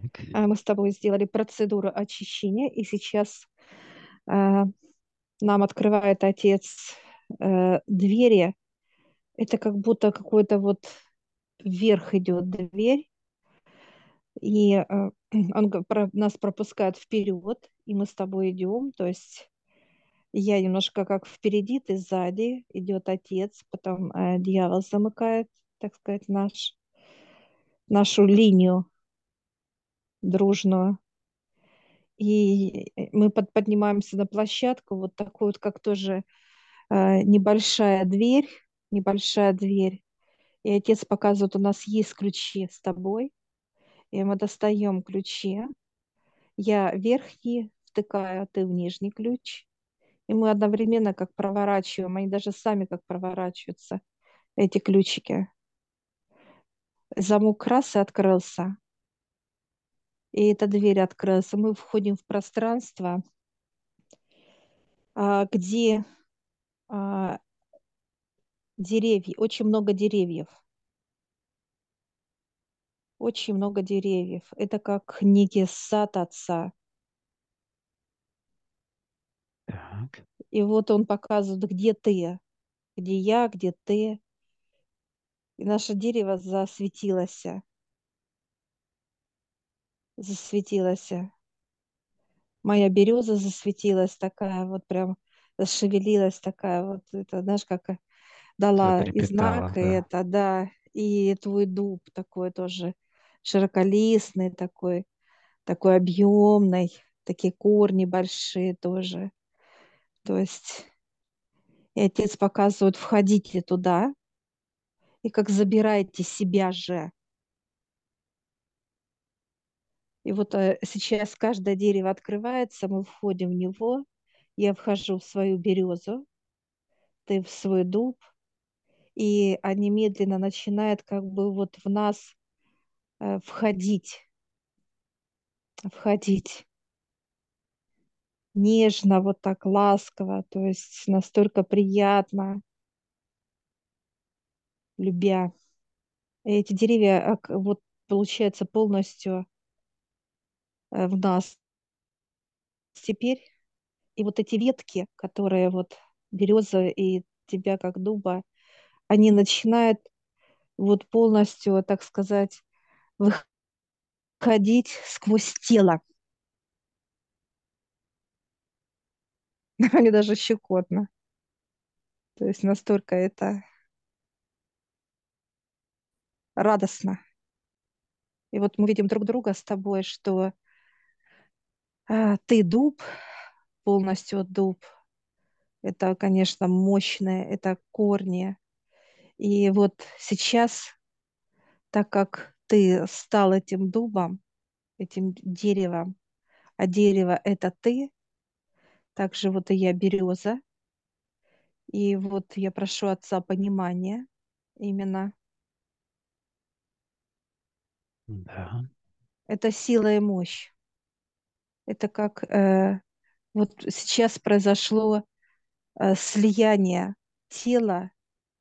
Мы с тобой сделали процедуру очищения, и сейчас а, нам открывает Отец двери. Это как будто какой-то вот вверх идет дверь, и он нас пропускает вперед, и мы с тобой идем. То есть я немножко как впереди, ты сзади, идет Отец, потом дьявол замыкает, так сказать, нашу линию дружную. И мы поднимаемся на площадку, вот такую вот, как тоже небольшая дверь, небольшая дверь. И отец показывает, у нас есть ключи с тобой, и мы достаем ключи. Я верхний втыкаю, а ты в нижний ключ. И мы одновременно как проворачиваем, они даже сами как проворачиваются, эти ключики. Замок раз и открылся, и эта дверь открылась. И мы входим в пространство, где а, деревья, очень много деревьев. Очень много деревьев. Это как некий сад отца. Так. И вот он показывает, где ты, где я, где ты. И наше дерево засветилось, засветилось. Моя береза засветилась такая, вот прям зашевелилась такая, вот это, знаешь, как дала и Затрепетала, знак, и да. это, да. И твой дуб такой тоже широколистный, такой объемный, такие корни большие тоже. То есть и отец показывает, входите туда, и как забирайте себя же. И вот сейчас каждое дерево открывается, мы входим в него, я вхожу в свою березу, ты в свой дуб, и они медленно начинают как бы вот в нас входить, входить нежно, вот так ласково, то есть настолько приятно, любя. И эти деревья вот получается полностью в нас теперь. И вот эти ветки, которые вот береза и тебя как дуба, они начинают вот полностью, так сказать, выходить сквозь тело. Мне даже щекотно. То есть настолько это радостно. И вот мы видим друг друга с тобой, что ты дуб, полностью дуб. Это, конечно, мощное, это корни. И вот сейчас, так как ты стал этим дубом, этим деревом, а дерево — это ты, также вот и я береза. И вот я прошу Отца понимания именно. Да. Это сила и мощь. Это как вот сейчас произошло слияние тела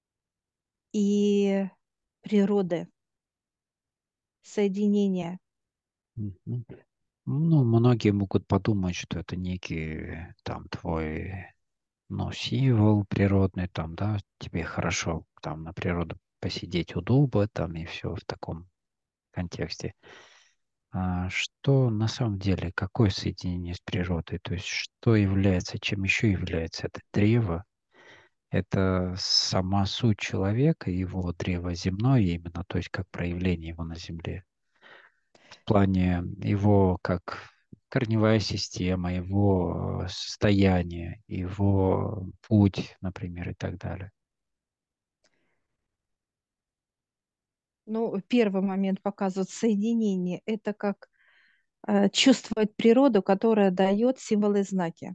и природы, соединение. Мгм. Ну, многие могут подумать, что это некий там твой, ну, символ природный, там, да, тебе хорошо там на природу посидеть у дуба, там, и все в таком контексте. А что на самом деле, какое соединение с природой? То есть что является, чем еще является это древо? Это сама суть человека, его древо земное именно, то есть как проявление его на земле. В плане его как корневая система, его состояние, его путь, например, и так далее. Ну, первый момент показывает соединение. Это как чувствовать природу, которая дает символы и знаки.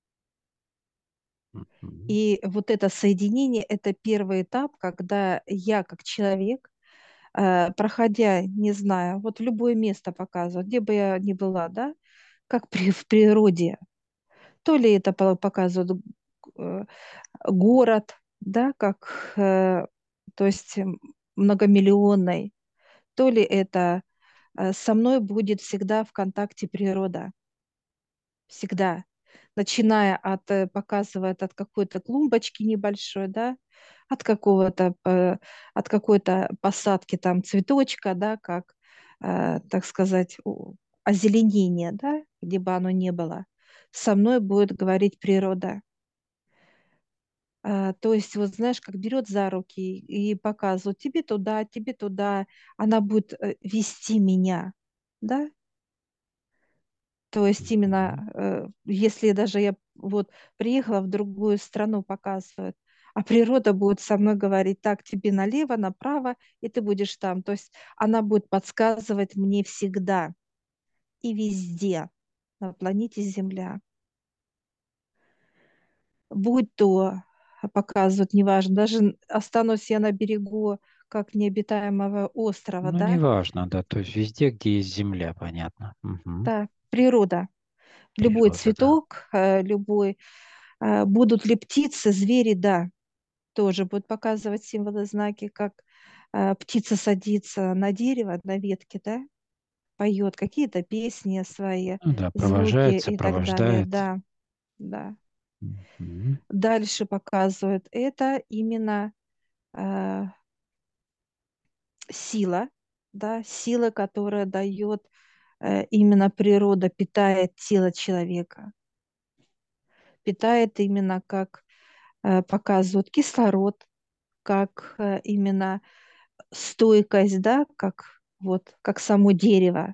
Мгм. И вот это соединение — это первый этап, когда я как человек, проходя, не знаю, вот в любое место показываю, где бы я ни была, да, как в природе, то ли это показывает э, город, да, как, то есть многомиллионный, то ли это Со мной будет всегда в контакте природа, всегда. Начиная показывает от какой-то клумбочки небольшой, да, от от какой-то посадки там цветочка, да, как, так сказать, озеленение, да, где бы оно ни было. Со мной будет говорить природа. То есть, вот знаешь, как берет за руки и показывает тебе туда, она будет вести меня, да. То есть Мгм. именно, если даже я вот приехала в другую страну, показывают, а природа будет со мной говорить, так, тебе налево, направо, и ты будешь там. То есть она будет подсказывать мне всегда и везде на планете Земля. Будь то показывают, неважно, даже останусь я на берегу как необитаемого острова, Ну, да, неважно, да, то есть везде, где есть земля, понятно. Мгм. да, природа, любой Природа, да. цветок, любой, будут ли птицы, звери, да, тоже будут показывать символы, знаки, как птица садится на дерево, на ветке, да, поет какие-то песни свои, Ну да, звуки провожает, и так далее, сопровождает. да, да. Мгм. Дальше показывают это именно э, сила, да, сила, которая дает именно природа, питает тело человека, питает именно как показывают кислород, как именно стойкость, да, как вот как само дерево,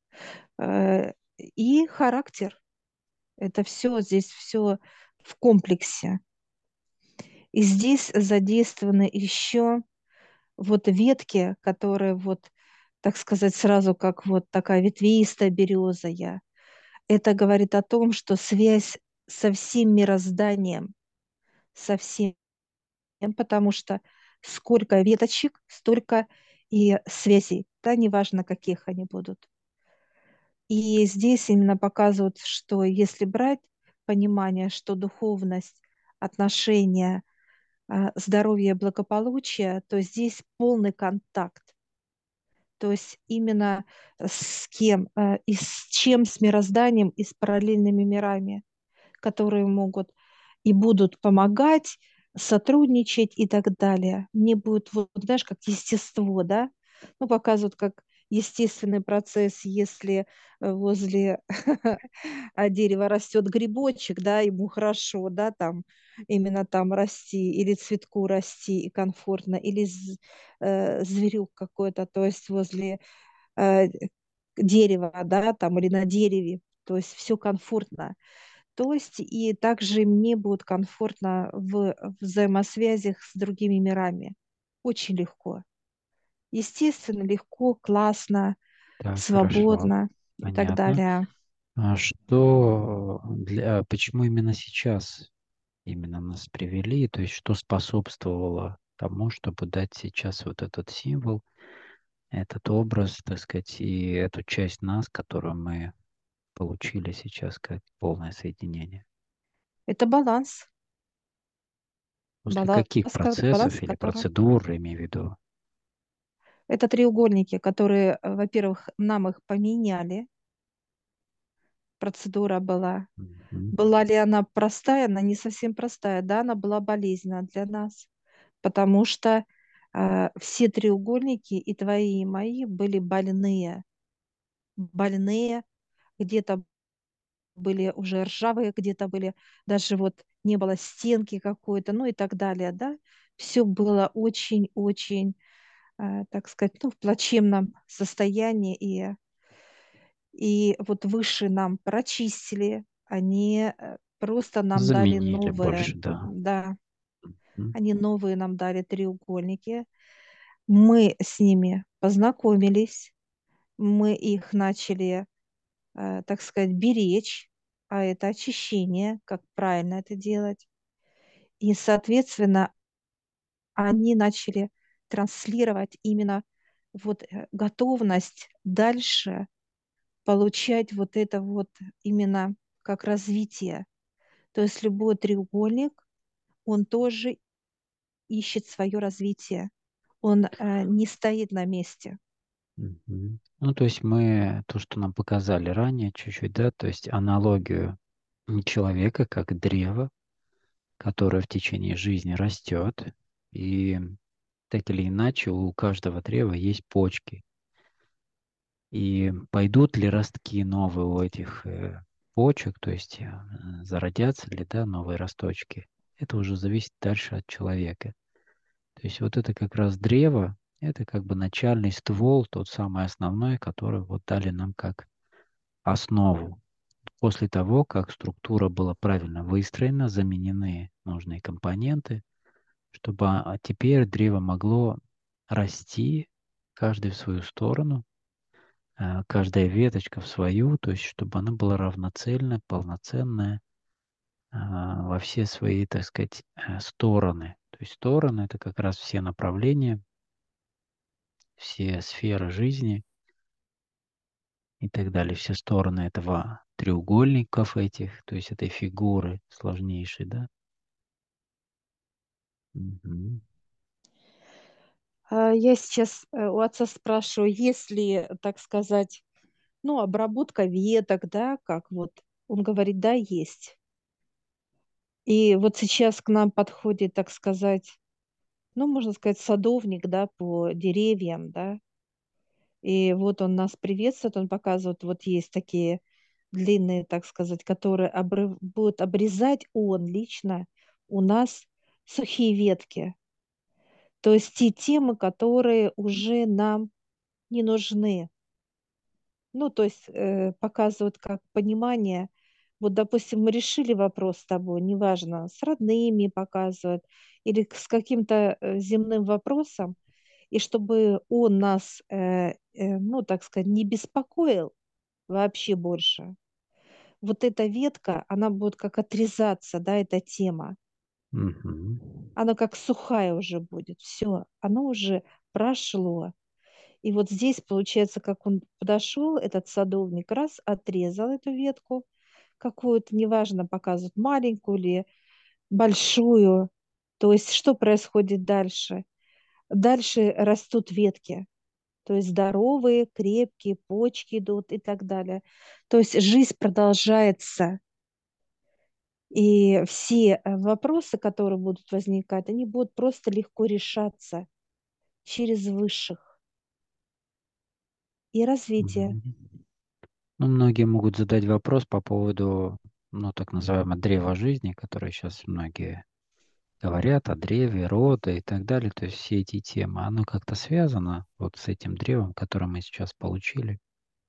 и характер. Это все здесь все в комплексе. И здесь задействованы еще вот ветки, которые вот, так сказать, сразу как вот такая ветвистая береза я. Это говорит о том, что связь со всем мирозданием, со всем, потому что сколько веточек, столько и связей, да, неважно, каких они будут. И здесь именно показывают, что если брать понимание, что духовность, отношения, здоровье, благополучие, то здесь полный контакт. То есть именно с кем, и с чем, с мирозданием и с параллельными мирами, которые могут и будут помогать, сотрудничать и так далее. Мне будет, вот, знаешь, как естество, да? Ну, показывают как естественный процесс, если возле дерева растет грибочек, да, ему хорошо, да, там именно там расти, или цветку расти и комфортно, или зверюк какой-то, то есть возле э, дерева, да, там, или на дереве, то есть все комфортно. То есть и также мне будет комфортно в взаимосвязях с другими мирами. Очень легко. Естественно, легко, классно, Так, хорошо, свободно и так понятно. далее. Почему именно сейчас именно нас привели, то есть что способствовало тому, чтобы дать сейчас вот этот символ, этот образ, так сказать, и эту часть нас, которую мы получили сейчас как полное соединение. Это баланс. После каких Баланс, процессов или который... процедур, имею в виду? Это треугольники, которые, во-первых, нам их поменяли. Процедура была. Мгм. Была ли она простая? Она не совсем простая. Да, она была болезненна для нас, потому что все треугольники, и твои, и мои, были больные. Больные, где-то были уже ржавые, где-то были, даже вот не было стенки какой-то, ну и так далее, да. Все было очень-очень, так сказать, ну, в плачевном состоянии, и вот выше нам прочистили, они просто нам дали Заменили новые, больше, да. да, Мгм. они новые нам дали треугольники. Мы с ними познакомились, мы их начали, так сказать, беречь, а это очищение, как правильно это делать. И, соответственно, они начали транслировать именно вот готовность дальше получать вот это вот именно как развитие. То есть любой треугольник, он тоже ищет свое развитие. Он не стоит на месте. Мгм. Ну, то есть мы, то, что нам показали ранее чуть-чуть, да, то есть аналогию человека как древа, которое в течение жизни растет, и так или иначе у каждого древа есть почки. И пойдут ли ростки новые у этих почек, то есть зародятся ли, да, новые росточки, это уже зависит дальше от человека. То есть вот это как раз древо, это как бы начальный ствол, тот самый основной, который вот дали нам как основу. После того, как структура была правильно выстроена, заменены нужные компоненты, чтобы теперь древо могло расти, каждый в свою сторону, каждая веточка в свою, то есть чтобы она была равноцельная, полноценная во все свои, так сказать, стороны. То есть стороны — это как раз все направления, все сферы жизни и так далее, все стороны этого треугольников этих, то есть этой фигуры сложнейшей, да. Мгм. Я сейчас у отца спрашиваю, есть ли, так сказать, ну, обработка веток, да, как вот он говорит, да, есть. И вот сейчас к нам подходит, так сказать, ну, можно сказать, садовник, да, по деревьям, да. И вот он нас приветствует, он показывает, вот есть такие длинные, так сказать, которые будут обрезать он лично у нас сухие ветки. То есть те темы, которые уже нам не нужны. Ну, то есть показывают как понимание. Вот, допустим, мы решили вопрос с тобой, неважно, с родными показывают, или с каким-то земным вопросом, и чтобы он нас, ну, так сказать, не беспокоил вообще больше. Вот эта ветка, она будет как отрезаться, да, эта тема. Мгм. Она как сухая уже будет. Все, оно уже прошло. И вот здесь получается, как он подошел, этот садовник, раз отрезал эту ветку какую-то, неважно, показывают маленькую или большую. То есть что происходит дальше? Дальше растут ветки, то есть здоровые, крепкие, почки идут и так далее. То есть жизнь продолжается, и все вопросы, которые будут возникать, они будут просто легко решаться через высших и развитие. Мгм. Ну, многие могут задать вопрос по поводу, ну, так называемого древа жизни, которое сейчас многие говорят о древе, рода и так далее. То есть все эти темы, оно как-то связано вот с этим древом, которое мы сейчас получили.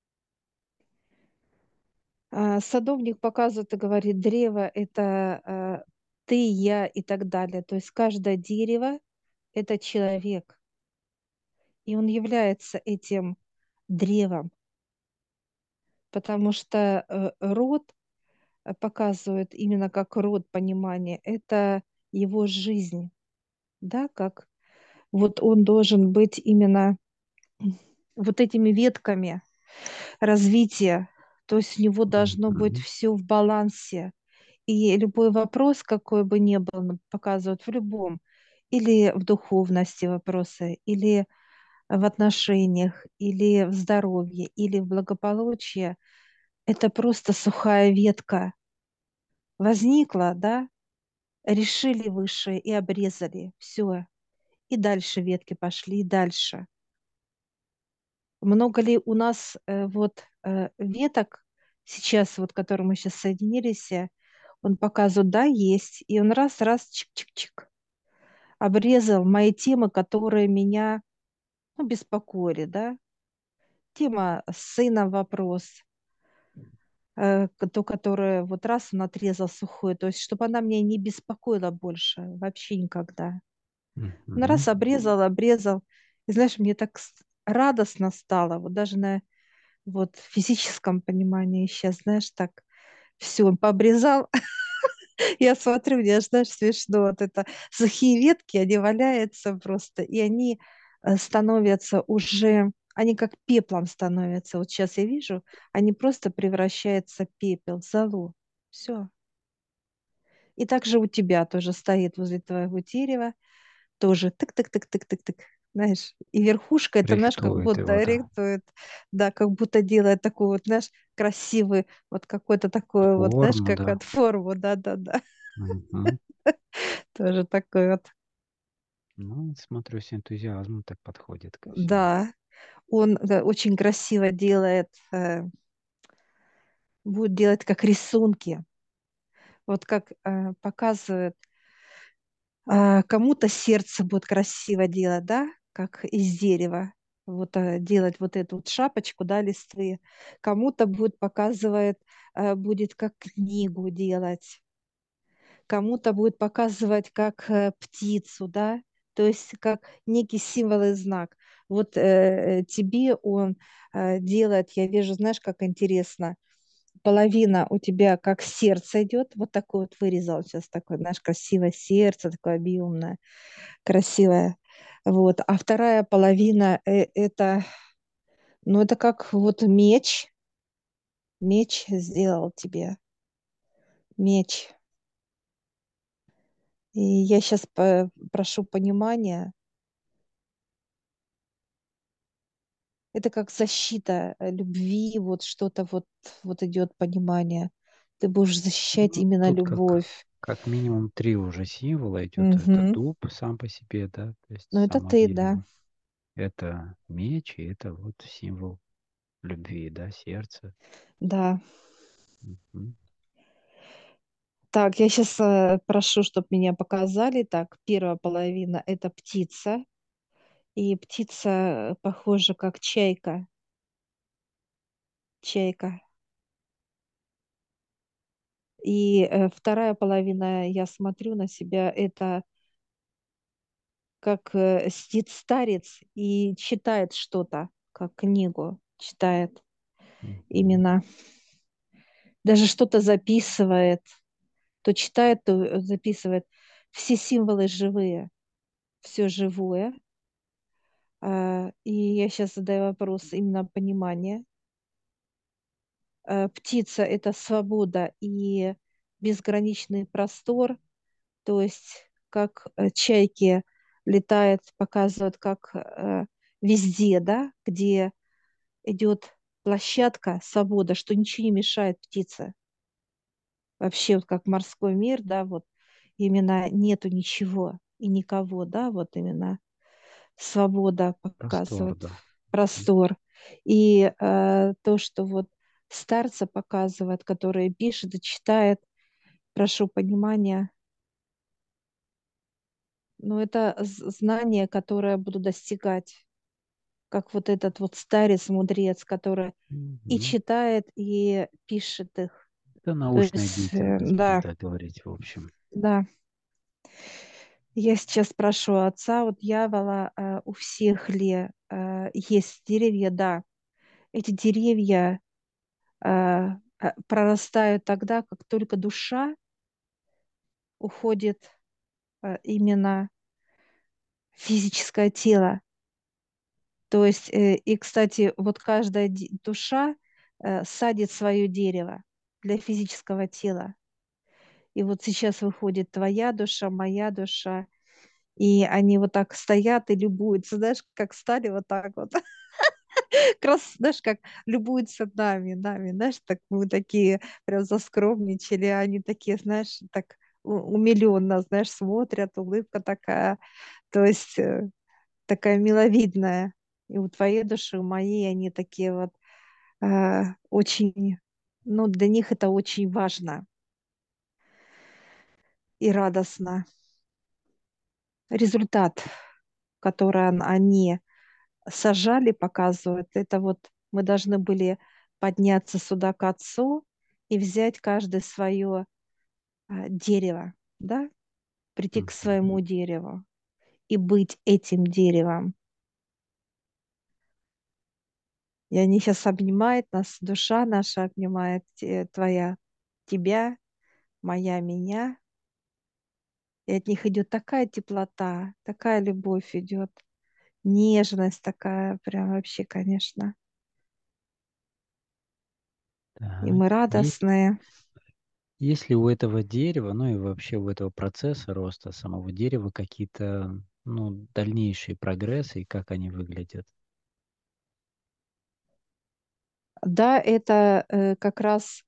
Садовник показывает и говорит, древо– это ты, я и так далее. То есть каждое дерево– это человек, и он является этим древом, потому что род показывает именно как род понимания, это его жизнь, да, как вот он должен быть именно вот этими ветками развития, то есть у него должно быть Мгм. все в балансе. И любой вопрос, какой бы ни был, показывают в любом, или в духовности вопросы, или в отношениях, или в здоровье, или в благополучии, это просто сухая ветка. Возникла, да, решили выше и обрезали. Все. И дальше ветки пошли, и дальше. Много ли у нас вот веток сейчас, вот, которые мы сейчас соединились, он показывает, да, есть. И он раз-раз, чик-чик-чик, обрезал мои темы, которые меня, ну, беспокоили, да. Тема с сыном вопрос, то, которое вот раз он отрезал сухой, то есть чтобы она меня не беспокоила больше, вообще никогда. Он Мгм. раз обрезал, обрезал. И знаешь, мне так радостно стало, вот даже на вот физическом понимании сейчас, знаешь, так все, он пообрезал. Я смотрю, мне аж, знаешь, смешно. Вот это сухие ветки, они валяются просто, и они становятся уже, они как пеплом становятся. Вот сейчас я вижу, они просто превращаются в пепел, в золу. Все. И также у тебя тоже стоит возле твоего дерева, тоже тык-тык-тык-тык-тык-тык. знаешь, и верхушка, это, знаешь, как Рихтует его, будто да. рихтует, да, как будто делает такой вот, знаешь, красивый, вот какой-то такой вот, знаешь, Форму, как да. от форму, да-да-да, Мгм. тоже такой вот, Ну, смотрю, с энтузиазмом так подходит ко всему. да, он да, очень красиво делает, будет делать как рисунки, вот как показывает, кому-то сердце будет красиво делать, да, как из дерева, вот делать вот эту вот шапочку, да, листвы, кому-то будет показывает, будет как книгу делать, кому-то будет показывать как птицу, да, то есть как некий символ и знак. Вот тебе он делает, я вижу, знаешь, как интересно, половина у тебя как сердце идет, вот такой вот вырезал сейчас такое, знаешь, красивое сердце, такое объемное, красивое. Вот. А вторая половина это, ну, это как вот меч, меч сделал тебе, меч. И я сейчас прошу понимания. Это как защита любви, вот что-то вот, вот идет понимание. Ты будешь защищать Ну, именно тут любовь. как минимум три уже символа идет. Это Мгм. дуб сам по себе, да, то есть Ну, это само ты, да. дерево. Это меч, и это вот символ любви, да, сердца. Да. Мгм. Так, я сейчас прошу, чтобы меня показали. Так, первая половина– это птица. И птица похожа как чайка. Чайка. И вторая половина, я смотрю на себя, это как сидит старец и читает что-то, как книгу читает Мгм. именно. Даже что-то записывает. То читает, то записывает. Все символы живые, все живое. И я сейчас задаю вопрос именно понимания. Птица– это свобода и безграничный простор, то есть как чайки летают, показывают, как везде, да, где идет площадка, свобода, что ничего не мешает птице. Вообще, вот как морской мир, да, вот именно нету ничего и никого, да, вот именно свобода Простор, показывает, да. Мгм. простор. И то, что вот старца показывает, который пишет и читает, прошу понимания, но это знание, которое буду достигать, как вот этот вот старец, мудрец, который и Мгм. читает, и пишет их. Это То научная есть, деятельность, будем да, так говорить, в общем. да. Я сейчас спрошу отца, вот дьявола, у всех ли есть деревья? Да, эти деревья прорастают тогда, как только душа уходит именно в физическое тело. То есть, и, кстати, вот каждая душа садит свое дерево для физического тела. И вот сейчас выходит твоя душа, моя душа, и они вот так стоят и любуются, знаешь, как стали вот так вот. Как раз, знаешь, как любуются нами, знаешь, так мы такие прям заскромничали, а они такие, знаешь, так умиленно, знаешь, смотрят, улыбка такая, то есть такая миловидная. И у твоей души, у моей, они такие вот очень, ну, для них это очень важно и радостно. Результат, который они сажали, показывают, это вот мы должны были подняться сюда к отцу и взять каждое свое дерево, да, прийти к Мгм. своему дереву и быть этим деревом. И они сейчас обнимают нас, душа наша обнимает твоя, тебя, моя, меня. И от них идет такая теплота, такая любовь идет, нежность такая, прям вообще, конечно. И Так. мы Есть, радостные. есть ли у этого дерева, ну и вообще у этого процесса роста самого дерева какие-то, ну, дальнейшие прогрессы и как они выглядят. Да, это как раз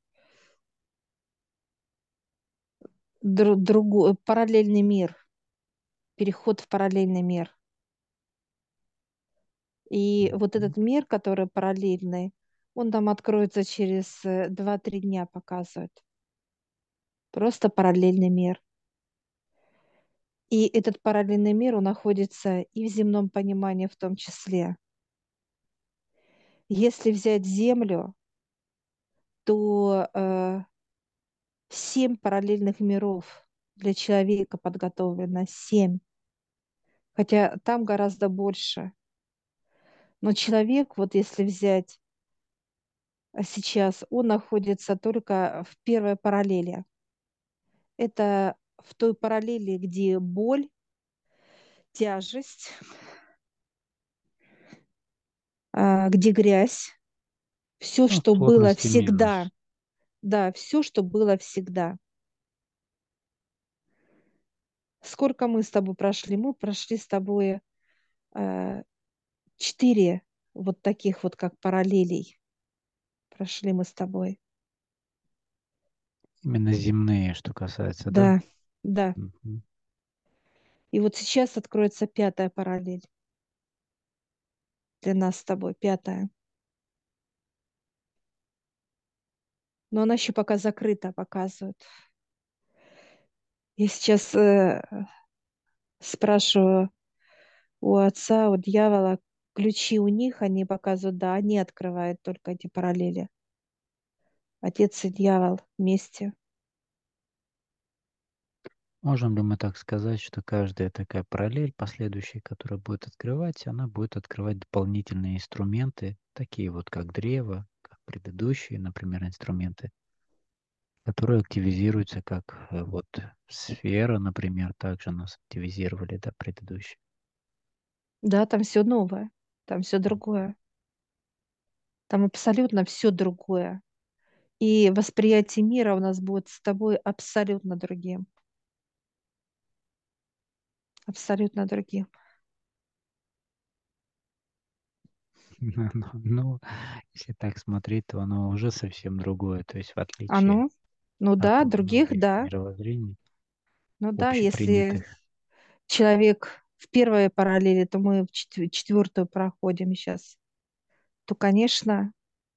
другой параллельный мир, переход в параллельный мир. И вот Мгм. этот мир, который параллельный, он там откроется через 2-3 дня, показывает. Просто параллельный мир. И этот параллельный мир, он находится и в земном понимании в том числе. Если взять Землю, то 7 параллельных миров для человека подготовлено, 7. Хотя там гораздо больше. Но человек, вот если взять сейчас, он находится только в первой параллели. Это в той параллели, где боль, тяжесть, где грязь, все, Ну, что было сложности всегда. минус. Да, все, что было всегда. Сколько мы с тобой прошли? Мы прошли с тобой э, 4 вот таких вот, как параллелей. Прошли мы с тобой. Именно земные, что касается, да? Да, да. Мгм. И вот сейчас откроется 5-я параллель для нас с тобой, 5-я. Но она еще пока закрыта, показывает. Я сейчас спрашиваю у отца, у дьявола, ключи у них, они показывают, да, они открывают только эти параллели. Отец и дьявол вместе. Можем ли мы так сказать, что каждая такая параллель, последующая, которая будет открывать, она будет открывать дополнительные инструменты, такие вот как древо, как предыдущие, например, инструменты, которые активизируются как вот сфера, например, также нас активизировали, да, предыдущие. Да, там все новое, там все другое, там абсолютно все другое. И восприятие мира у нас будет с тобой абсолютно другим, абсолютно другим. Ну, если так смотреть, то оно уже совсем другое, то есть в отличие Оно, ну от да, других, многих да, мировоззрений, ну да, если общепринятых. человек в первой параллели, то мы в 4-ю проходим сейчас, то, конечно,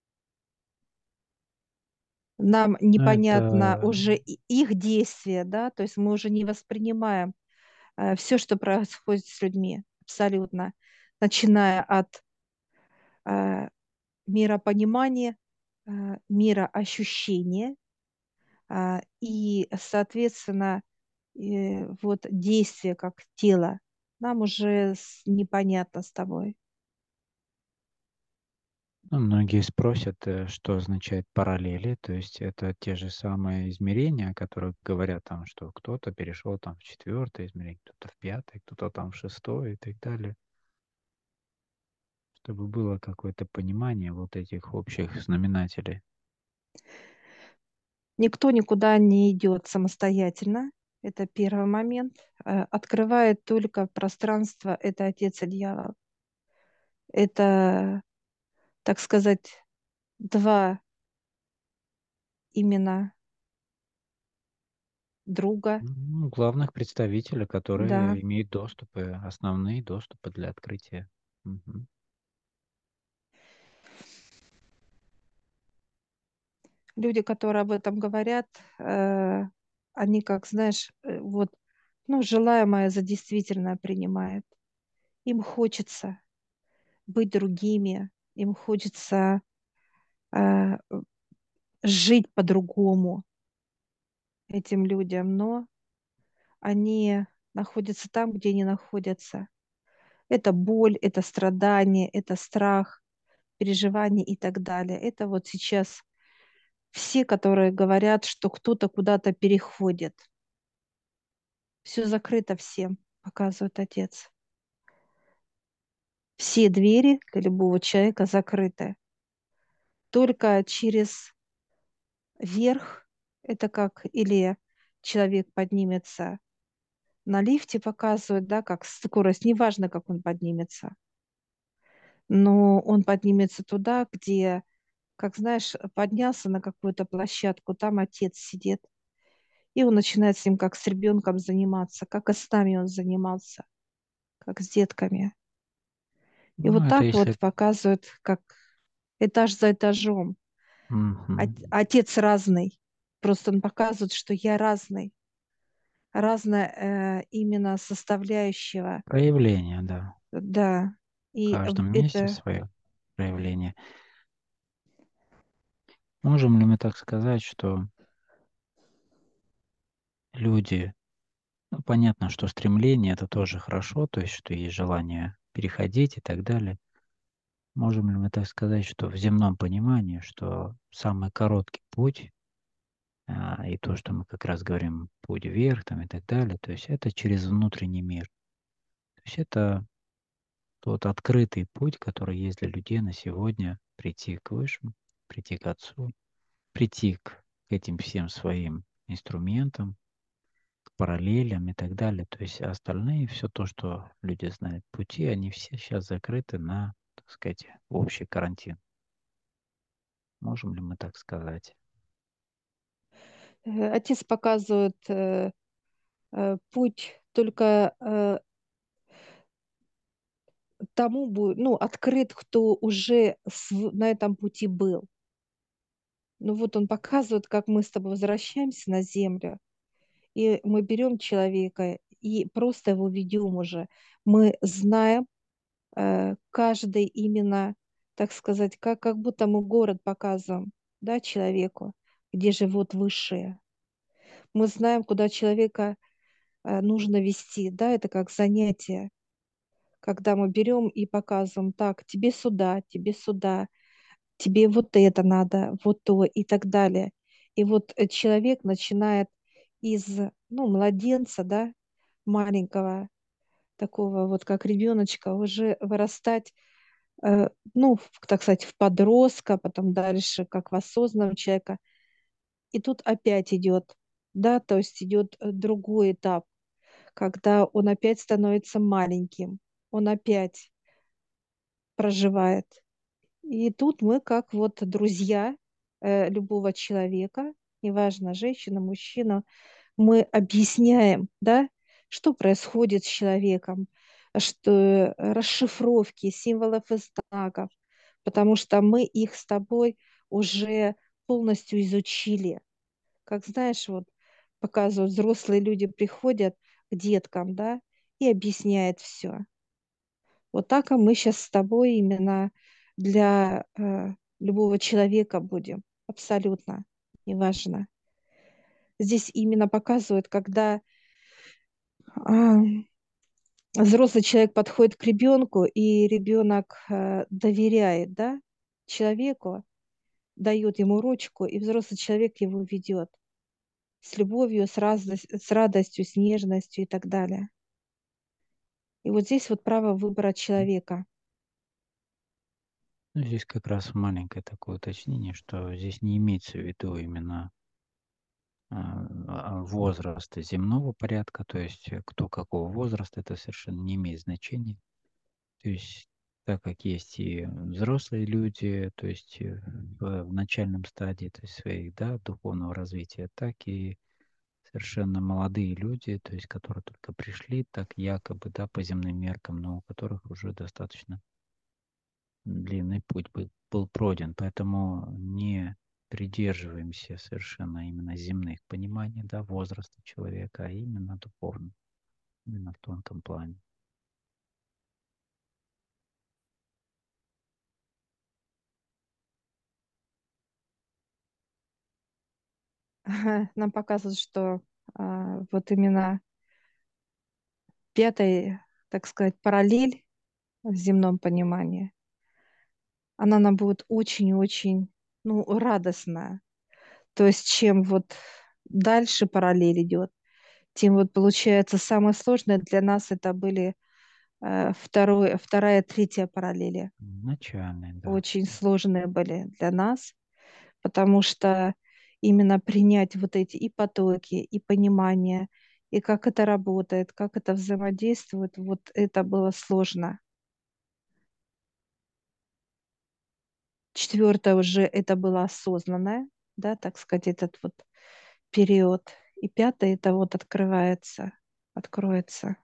нам Но непонятно это уже их действия, да, то есть мы уже не воспринимаем все, что происходит с людьми, абсолютно, начиная от э, миропонимания, мироощущения и, соответственно, вот действие как тело. Нам уже непонятно с тобой. ну, многие спросят, что означает параллели, то есть это те же самые измерения, о которых говорят там, что кто-то перешел там в 4-е измерение, кто-то в 5-е, кто-то там в 6-е и так далее, чтобы было какое-то понимание вот этих общих знаменателей. Никто никуда не идет самостоятельно. Это первый момент. Открывает только пространство. Это отец и дьявол. Это, так сказать, два именно друга. Ну, главных представителей, Да. которые имеют доступы, основные доступы для открытия. Мгм. Люди, которые об этом говорят, они, как знаешь, вот, ну, желаемое за действительное принимают. Им хочется быть другими, им хочется э, жить по-другому этим людям, но они находятся там, где они находятся. Это боль, это страдание, это страх, переживание и так далее. Это вот сейчас все, которые говорят, что кто-то куда-то переходит. Все закрыто всем, показывает отец. Все двери для любого человека закрыты. Только через верх, это как или человек поднимется На лифте показывают, да, как скорость, неважно, как он поднимется, но он поднимется туда, где, как знаешь, поднялся на какую-то площадку, там отец сидит, и он начинает с ним как с ребенком заниматься, как и с нами он занимался, как с детками. И Ну, вот это так если... вот показывают, как этаж за этажом. Мгм. Отец разный. Просто он показывает, что я разный. Разная именно составляющего. Проявление, да. Да. В И каждом месте это свое проявление. Можем ли мы так сказать, что люди, ну, понятно, что стремление это тоже хорошо, то есть, что есть желание переходить и так далее. Можем ли мы так сказать, что в земном понимании, что самый короткий путь, и то, что мы как раз говорим, путь вверх там, и так далее, то есть это через внутренний мир. То есть это тот открытый путь, который есть для людей на сегодня, прийти к Высшему, прийти к Отцу, прийти к этим всем своим инструментам, к параллелям и так далее. То есть остальные, все то, что люди знают пути, они все сейчас закрыты на, так сказать, общий карантин. Можем ли мы так сказать? отец показывает путь только тому будет, ну, открыт, кто уже на этом пути был. Ну вот он показывает, как мы с тобой возвращаемся на землю, и мы берем человека и просто его ведем уже. Мы знаем каждый именно, так сказать, как будто мы город показываем, да, человеку, где живут высшие. Мы знаем, куда человека нужно вести, да, это как занятие, когда мы берем и показываем, так, тебе сюда, тебе вот это надо, вот то и так далее. И вот человек начинает из, ну, младенца, да, маленького, такого вот как ребеночка, уже вырастать, ну, так сказать, в подростка, потом дальше как в осознанного человека. И тут опять идет, да, то есть идет другой этап, когда он опять становится маленьким, он опять проживает. И тут мы как вот друзья любого человека, неважно, женщина, мужчина, мы объясняем, да, что происходит с человеком, что расшифровки символов и знаков, потому что мы их с тобой уже полностью изучили. Как знаешь, вот показывают, взрослые люди приходят к деткам, да, и объясняют все. Вот так и мы сейчас с тобой именно для любого человека будем. Абсолютно. Неважно. Здесь именно показывают, когда а, взрослый человек подходит к ребенку, и ребенок доверяет, да, человеку, дает ему ручку, и взрослый человек его ведет с любовью, с радостью, с нежностью и так далее. И вот здесь вот право выбора человека. Ну, здесь как раз маленькое такое уточнение, что здесь не имеется в виду именно возраста земного порядка, то есть кто какого возраста, это совершенно не имеет значения. То есть так как есть и взрослые люди, то есть в начальном стадии то есть своих, да, духовного развития, так и совершенно молодые люди, то есть которые только пришли, так якобы, да, по земным меркам, но у которых уже достаточно длинный путь был пройден, поэтому не придерживаемся совершенно именно земных пониманий, да, возраста человека, а именно духовно, именно в тонком плане. Нам показывают, что вот именно пятая, так сказать, параллель в земном понимании, она нам будет очень-очень, ну, радостная. То есть чем вот дальше параллель идет, тем вот получается самое сложное для нас это были вторая, третья параллели. Начальный, да. Очень сложные были для нас, потому что именно принять вот эти и потоки, и понимание, и как это работает, как это взаимодействует, вот это было сложно. Четвертое уже это было осознанное, да, так сказать, этот вот период. И пятое это вот откроется.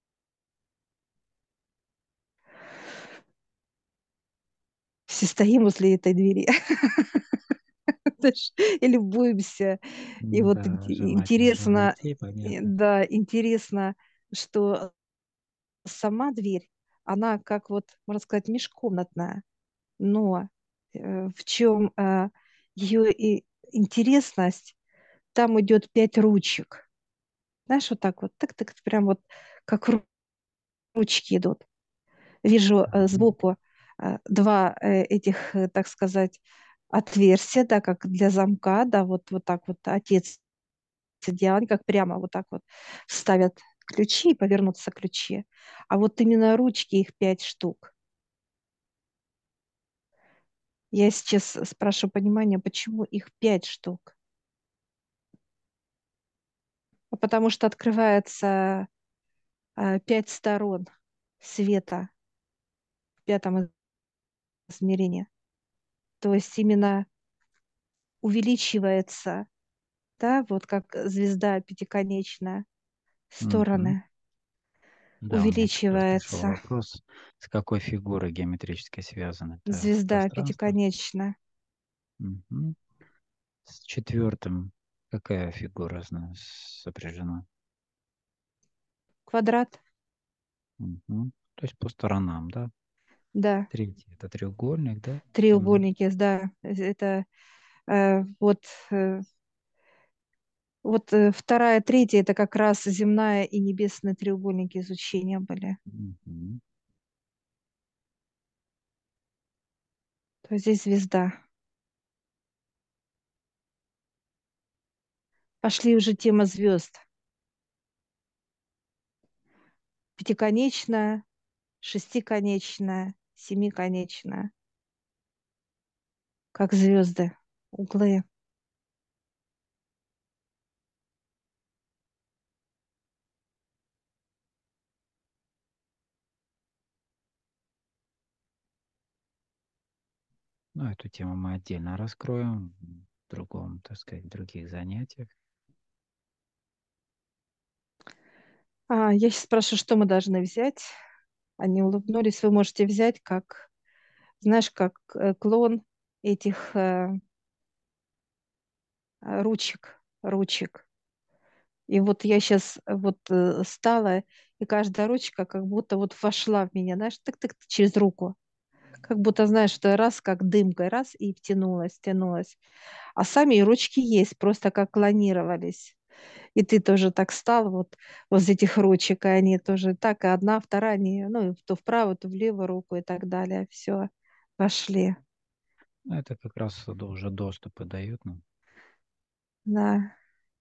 Все стоим возле этой двери знаешь, и любуемся. И вот Да, желательно же интересно, войти, понятно. да, интересно, что сама дверь, она как вот, можно сказать, межкомнатная, но в чем ее и интересность, там идет 5 ручек. Знаешь, вот так вот, так-так, прям вот как ручки идут. Вижу Мгм. сбоку два этих, так сказать, отверстия, да, как для замка, да, вот так вот отец делать, как прямо вот так вот ставят ключи и повернутся ключи. А вот именно ручки, их 5 штук. Я сейчас спрашиваю понимание, почему их 5 штук? А потому что открывается 5 сторон света в пятом измерении. То есть именно увеличивается, да, вот как звезда пятиконечная, Мгм. стороны Да, у меня как раз пришел увеличивается. вопрос, с какой фигурой геометрической связано это Звезда пространство? пятиконечная. Мгм. С четвертым какая фигура сопряжена? Квадрат, Мгм. То есть по сторонам, да? да. Третий это треугольник, да? Земной. Треугольники, да. Это э, вот, э, вторая, третья, это как раз земная и небесные треугольники изучения были. Мгм. То есть здесь звезда. Пошли уже тема звезд. Пятиконечная, шестиконечная, семиконечная, как звезды, углы. Ну, эту тему мы отдельно раскроем в другом, так сказать, в других занятиях. Я сейчас спрашиваю, что мы должны взять. Они улыбнулись. Вы можете взять как, знаешь, как клон этих ручек. И вот я сейчас вот стала, и каждая ручка как будто вот вошла в меня, знаешь, так через руку. Как будто, знаешь, что раз, как дымкой, раз, и втянулась. А сами и ручки есть, просто как клонировались. И ты тоже так стал вот возле этих ручек, и они тоже так, и одна, вторая, они, ну, то в правую, то в левую руку и так далее. Все, пошли. Ну, это как раз уже доступы дает нам. Да,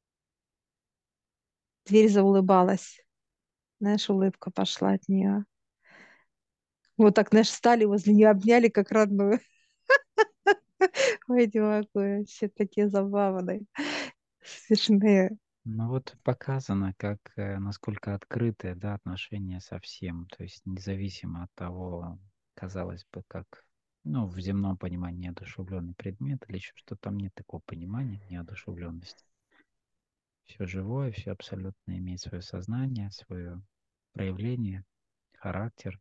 дверь заулыбалась. Знаешь, улыбка пошла от нее. Вот так, знаешь, встали возле нее, обняли как родную. Ой, не могу, все такие забавные, смешные. Ну вот показано, как, насколько открытые, да, отношения со всем, то есть независимо от того, казалось бы, как, ну, в земном понимании неодушевленный предмет или еще что там нет такого понимания неодушевленности. Все живое, все абсолютно имеет свое сознание, свое проявление, характер.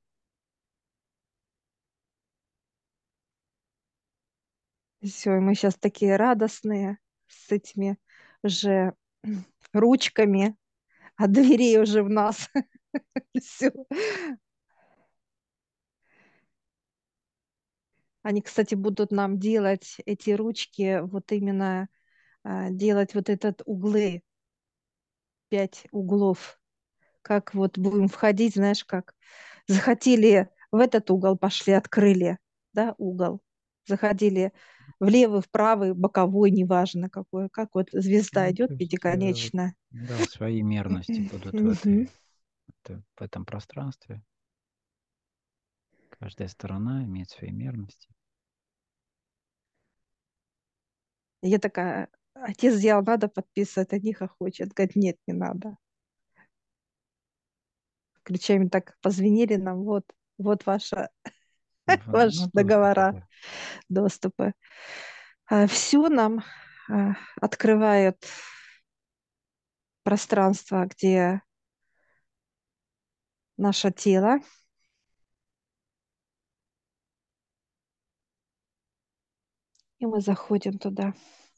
Все, и мы сейчас такие радостные с этими же ручками, а дверей уже в нас. Все. Они, кстати, будут нам делать эти ручки, вот именно делать вот этот углы, 5 углов. Как вот будем входить, знаешь, как захотели в этот угол, пошли, открыли, да, угол. Заходили в левый, в правый, боковой, неважно какой. Как вот звезда Ну, идет то есть, пятиконечная. да, свои мерности будут Мгм. в этом пространстве. Каждая сторона имеет свои мерности. Я такая, отец сделал, надо подписывать, они хохочет. Говорит, нет, не надо. ключами так позвенели нам, вот ваши Ну, доступы, договора, да. доступы. Все нам открывают пространство, где наше тело, и мы заходим туда.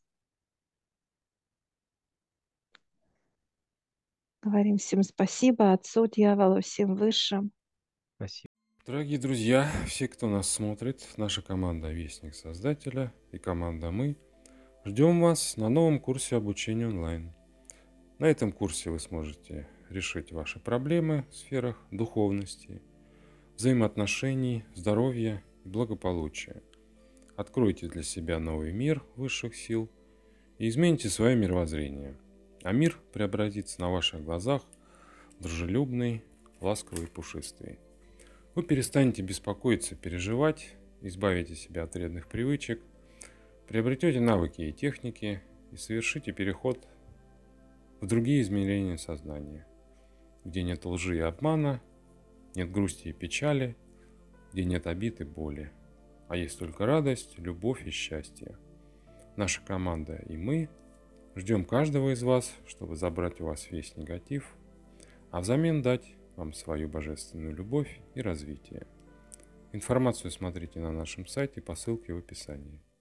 Говорим всем спасибо, Отцу, Дьяволу, всем высшим. Спасибо. Дорогие друзья, все, кто нас смотрит, наша команда Вестник Создателя и команда Мы, ждем вас на новом курсе обучения онлайн. На этом курсе вы сможете решить ваши проблемы в сферах духовности, взаимоотношений, здоровья и благополучия. Откройте для себя новый мир высших сил и измените свое мировоззрение. А мир преобразится на ваших глазах в дружелюбный, ласковый и пушистый. Вы перестанете беспокоиться, переживать, избавите себя от вредных привычек, приобретете навыки и техники и совершите переход в другие измерения сознания, где нет лжи и обмана, нет грусти и печали, где нет обид и боли, а есть только радость, любовь и счастье. Наша команда и мы ждем каждого из вас, чтобы забрать у вас весь негатив, а взамен дать вам свою божественную любовь и развитие. Информацию смотрите на нашем сайте по ссылке в описании.